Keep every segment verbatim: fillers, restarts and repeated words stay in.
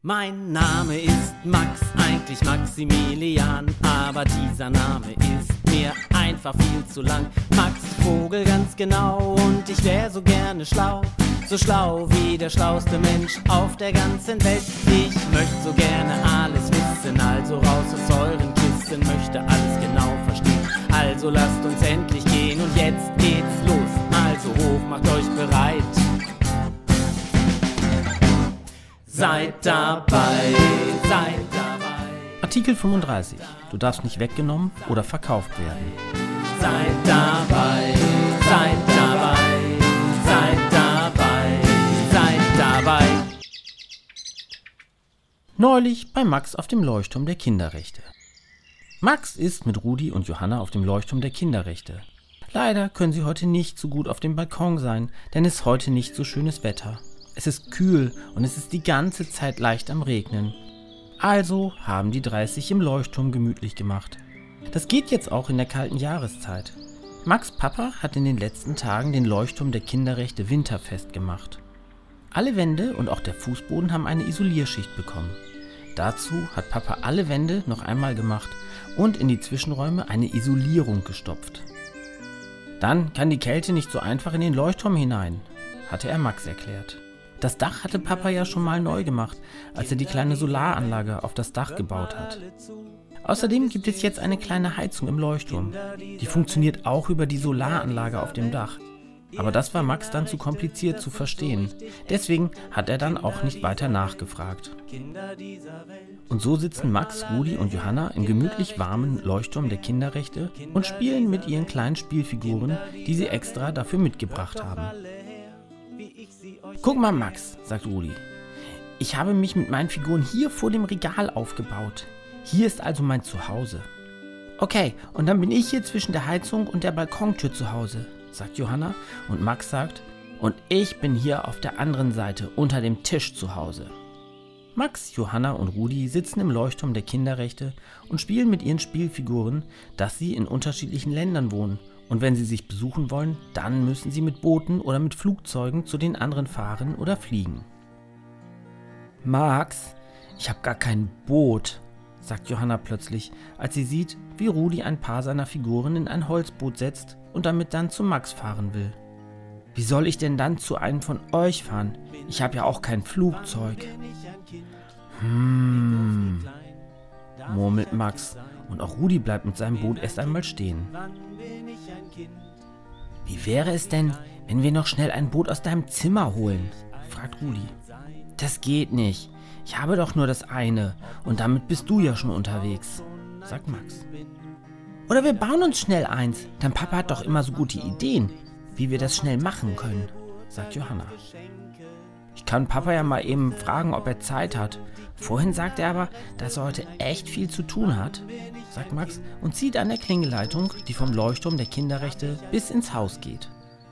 Mein Name ist Max, eigentlich Maximilian, aber dieser Name ist mir einfach viel zu lang. Max Vogel ganz genau und ich wär so gerne schlau, so schlau wie der schlauste Mensch auf der ganzen Welt. Ich möchte so gerne alles wissen, also raus aus euren Kissen, möchte alles genau verstehen. Also lasst uns endlich gehen und jetzt geht's los, also hoch, macht euch bereit. Seid dabei, seid dabei. Artikel fünfunddreißig. Du darfst nicht weggenommen oder verkauft werden. Seid dabei, seid dabei, seid dabei, seid dabei. Neulich bei Max auf dem Leuchtturm der Kinderrechte. Max ist mit Rudi und Johanna auf dem Leuchtturm der Kinderrechte. Leider können sie heute nicht so gut auf dem Balkon sein, denn es ist heute nicht so schönes Wetter. Es ist kühl und es ist die ganze Zeit leicht am Regnen. Also haben die drei sich im Leuchtturm gemütlich gemacht. Das geht jetzt auch in der kalten Jahreszeit. Max' Papa hat in den letzten Tagen den Leuchtturm der Kinderrechte winterfest gemacht. Alle Wände und auch der Fußboden haben eine Isolierschicht bekommen. Dazu hat Papa alle Wände noch einmal gemacht und in die Zwischenräume eine Isolierung gestopft. Dann kann die Kälte nicht so einfach in den Leuchtturm hinein, hatte er Max erklärt. Das Dach hatte Papa ja schon mal neu gemacht, als er die kleine Solaranlage auf das Dach gebaut hat. Außerdem gibt es jetzt eine kleine Heizung im Leuchtturm. Die funktioniert auch über die Solaranlage auf dem Dach. Aber das war Max dann zu kompliziert zu verstehen. Deswegen hat er dann auch nicht weiter nachgefragt. Und so sitzen Max, Rudi und Johanna im gemütlich warmen Leuchtturm der Kinderrechte und spielen mit ihren kleinen Spielfiguren, die sie extra dafür mitgebracht haben. Guck mal, Max, sagt Rudi. Ich habe mich mit meinen Figuren hier vor dem Regal aufgebaut. Hier ist also mein Zuhause. Okay, und dann bin ich hier zwischen der Heizung und der Balkontür zu Hause, sagt Johanna. Und Max sagt, und ich bin hier auf der anderen Seite unter dem Tisch zu Hause. Max, Johanna und Rudi sitzen im Leuchtturm der Kinderrechte und spielen mit ihren Spielfiguren, dass sie in unterschiedlichen Ländern wohnen. Und wenn sie sich besuchen wollen, dann müssen sie mit Booten oder mit Flugzeugen zu den anderen fahren oder fliegen. Max, ich habe gar kein Boot, sagt Johanna plötzlich, als sie sieht, wie Rudi ein paar seiner Figuren in ein Holzboot setzt und damit dann zu Max fahren will. Wie soll ich denn dann zu einem von euch fahren? Ich habe ja auch kein Flugzeug. Hm, murmelt Max und auch Rudi bleibt mit seinem Boot erst einmal stehen. Wie wäre es denn, wenn wir noch schnell ein Boot aus deinem Zimmer holen? Fragt Rudi. Das geht nicht. Ich habe doch nur das eine und damit bist du ja schon unterwegs, sagt Max. Oder wir bauen uns schnell eins, dein Papa hat doch immer so gute Ideen, wie wir das schnell machen können, sagt Johanna. Ich kann Papa ja mal eben fragen, ob er Zeit hat. Vorhin sagt er aber, dass er heute echt viel zu tun hat, sagt Max und zieht an der Klingelleitung, die vom Leuchtturm der Kinderrechte bis ins Haus geht.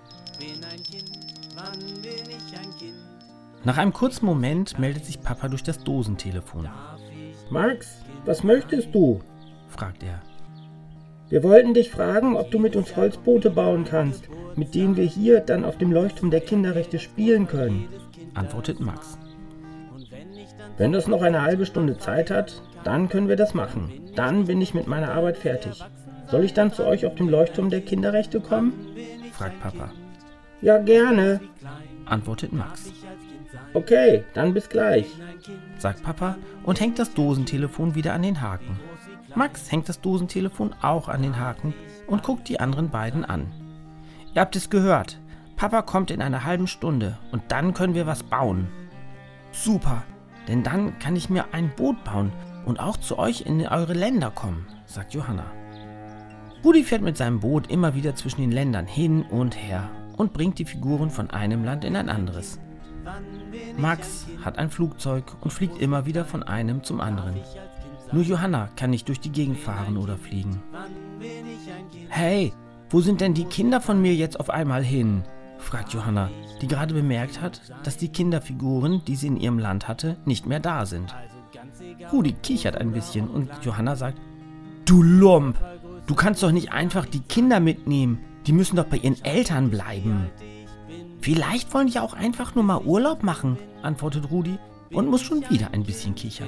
Nach einem kurzen Moment meldet sich Papa durch das Dosentelefon. Max, was möchtest du? Fragt er. Wir wollten dich fragen, ob du mit uns Holzboote bauen kannst, mit denen wir hier dann auf dem Leuchtturm der Kinderrechte spielen können, antwortet Max. Wenn das noch eine halbe Stunde Zeit hat, dann können wir das machen. Dann bin ich mit meiner Arbeit fertig. Soll ich dann zu euch auf dem Leuchtturm der Kinderrechte kommen? Fragt Papa. Ja, gerne, antwortet Max. Okay, dann bis gleich, sagt Papa und hängt das Dosentelefon wieder an den Haken. Max hängt das Dosentelefon auch an den Haken und guckt die anderen beiden an. Ihr habt es gehört. Papa kommt in einer halben Stunde und dann können wir was bauen. Super, denn dann kann ich mir ein Boot bauen und auch zu euch in eure Länder kommen, sagt Johanna. Rudi fährt mit seinem Boot immer wieder zwischen den Ländern hin und her und bringt die Figuren von einem Land in ein anderes. Max hat ein Flugzeug und fliegt immer wieder von einem zum anderen. Nur Johanna kann nicht durch die Gegend fahren oder fliegen. Hey, wo sind denn die Kinder von mir jetzt auf einmal hin? Fragt Johanna, die gerade bemerkt hat, dass die Kinderfiguren, die sie in ihrem Land hatte, nicht mehr da sind. Rudi kichert ein bisschen und Johanna sagt, du Lump, du kannst doch nicht einfach die Kinder mitnehmen, die müssen doch bei ihren Eltern bleiben. Vielleicht wollen die auch einfach nur mal Urlaub machen, antwortet Rudi. und muss schon wieder ein bisschen kichern.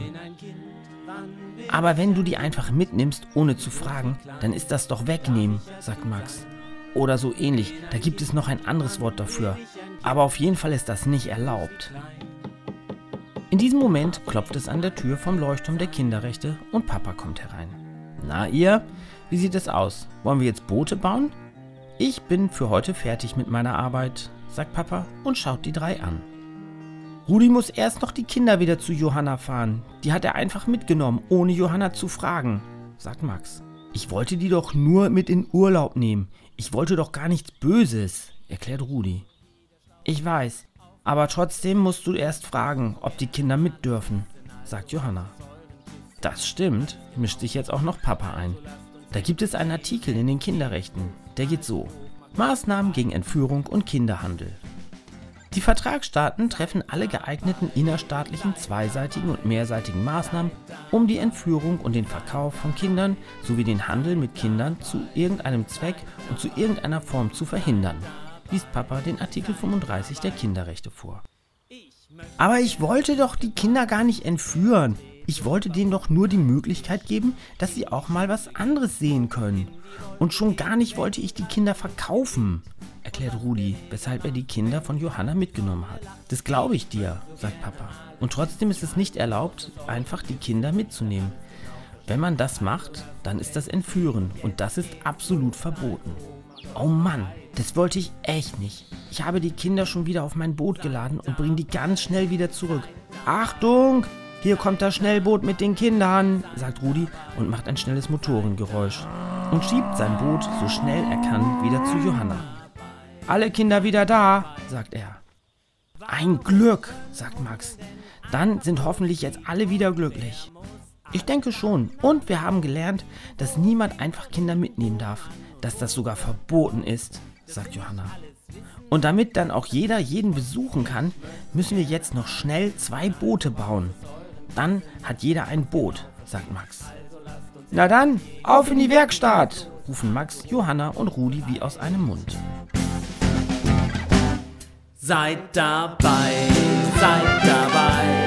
Aber wenn du die einfach mitnimmst, ohne zu fragen, dann ist das doch wegnehmen, sagt Max. Oder so ähnlich, da gibt es noch ein anderes Wort dafür. Aber auf jeden Fall ist das nicht erlaubt. In diesem Moment klopft es an der Tür vom Leuchtturm der Kinderrechte und Papa kommt herein. Na ihr, wie sieht es aus? Wollen wir jetzt Boote bauen? Ich bin für heute fertig mit meiner Arbeit, sagt Papa und schaut die drei an. Rudi muss erst noch die Kinder wieder zu Johanna fahren. Die hat er einfach mitgenommen, ohne Johanna zu fragen, sagt Max. Ich wollte die doch nur mit in Urlaub nehmen. Ich wollte doch gar nichts Böses, erklärt Rudi. Ich weiß, aber trotzdem musst du erst fragen, ob die Kinder mit dürfen, sagt Johanna. Das stimmt, mischt sich jetzt auch noch Papa ein. Da gibt es einen Artikel in den Kinderrechten, der geht so: Maßnahmen gegen Entführung und Kinderhandel. Die Vertragsstaaten treffen alle geeigneten innerstaatlichen, zweiseitigen und mehrseitigen Maßnahmen, um die Entführung und den Verkauf von Kindern sowie den Handel mit Kindern zu irgendeinem Zweck und zu irgendeiner Form zu verhindern, liest Papa den Artikel fünfunddreißig der Kinderrechte vor. Aber ich wollte doch die Kinder gar nicht entführen. Ich wollte denen doch nur die Möglichkeit geben, dass sie auch mal was anderes sehen können. Und schon gar nicht wollte ich die Kinder verkaufen, erklärt Rudi, weshalb er die Kinder von Johanna mitgenommen hat. Das glaube ich dir, sagt Papa. Und trotzdem ist es nicht erlaubt, einfach die Kinder mitzunehmen. Wenn man das macht, dann ist das Entführen und das ist absolut verboten. Oh Mann, das wollte ich echt nicht. Ich habe die Kinder schon wieder auf mein Boot geladen und bringe die ganz schnell wieder zurück. Achtung! Hier kommt das Schnellboot mit den Kindern, sagt Rudi und macht ein schnelles Motorengeräusch und schiebt sein Boot so schnell er kann wieder zu Johanna. Alle Kinder wieder da, sagt er. Ein Glück, sagt Max. Dann sind hoffentlich jetzt alle wieder glücklich. Ich denke schon. Und wir haben gelernt, dass niemand einfach Kinder mitnehmen darf, dass das sogar verboten ist, sagt Johanna. Und damit dann auch jeder jeden besuchen kann, müssen wir jetzt noch schnell zwei Boote bauen. Dann hat jeder ein Boot, sagt Max. Na dann, auf in die Werkstatt, rufen Max, Johanna und Rudi wie aus einem Mund. Seid dabei, seid dabei.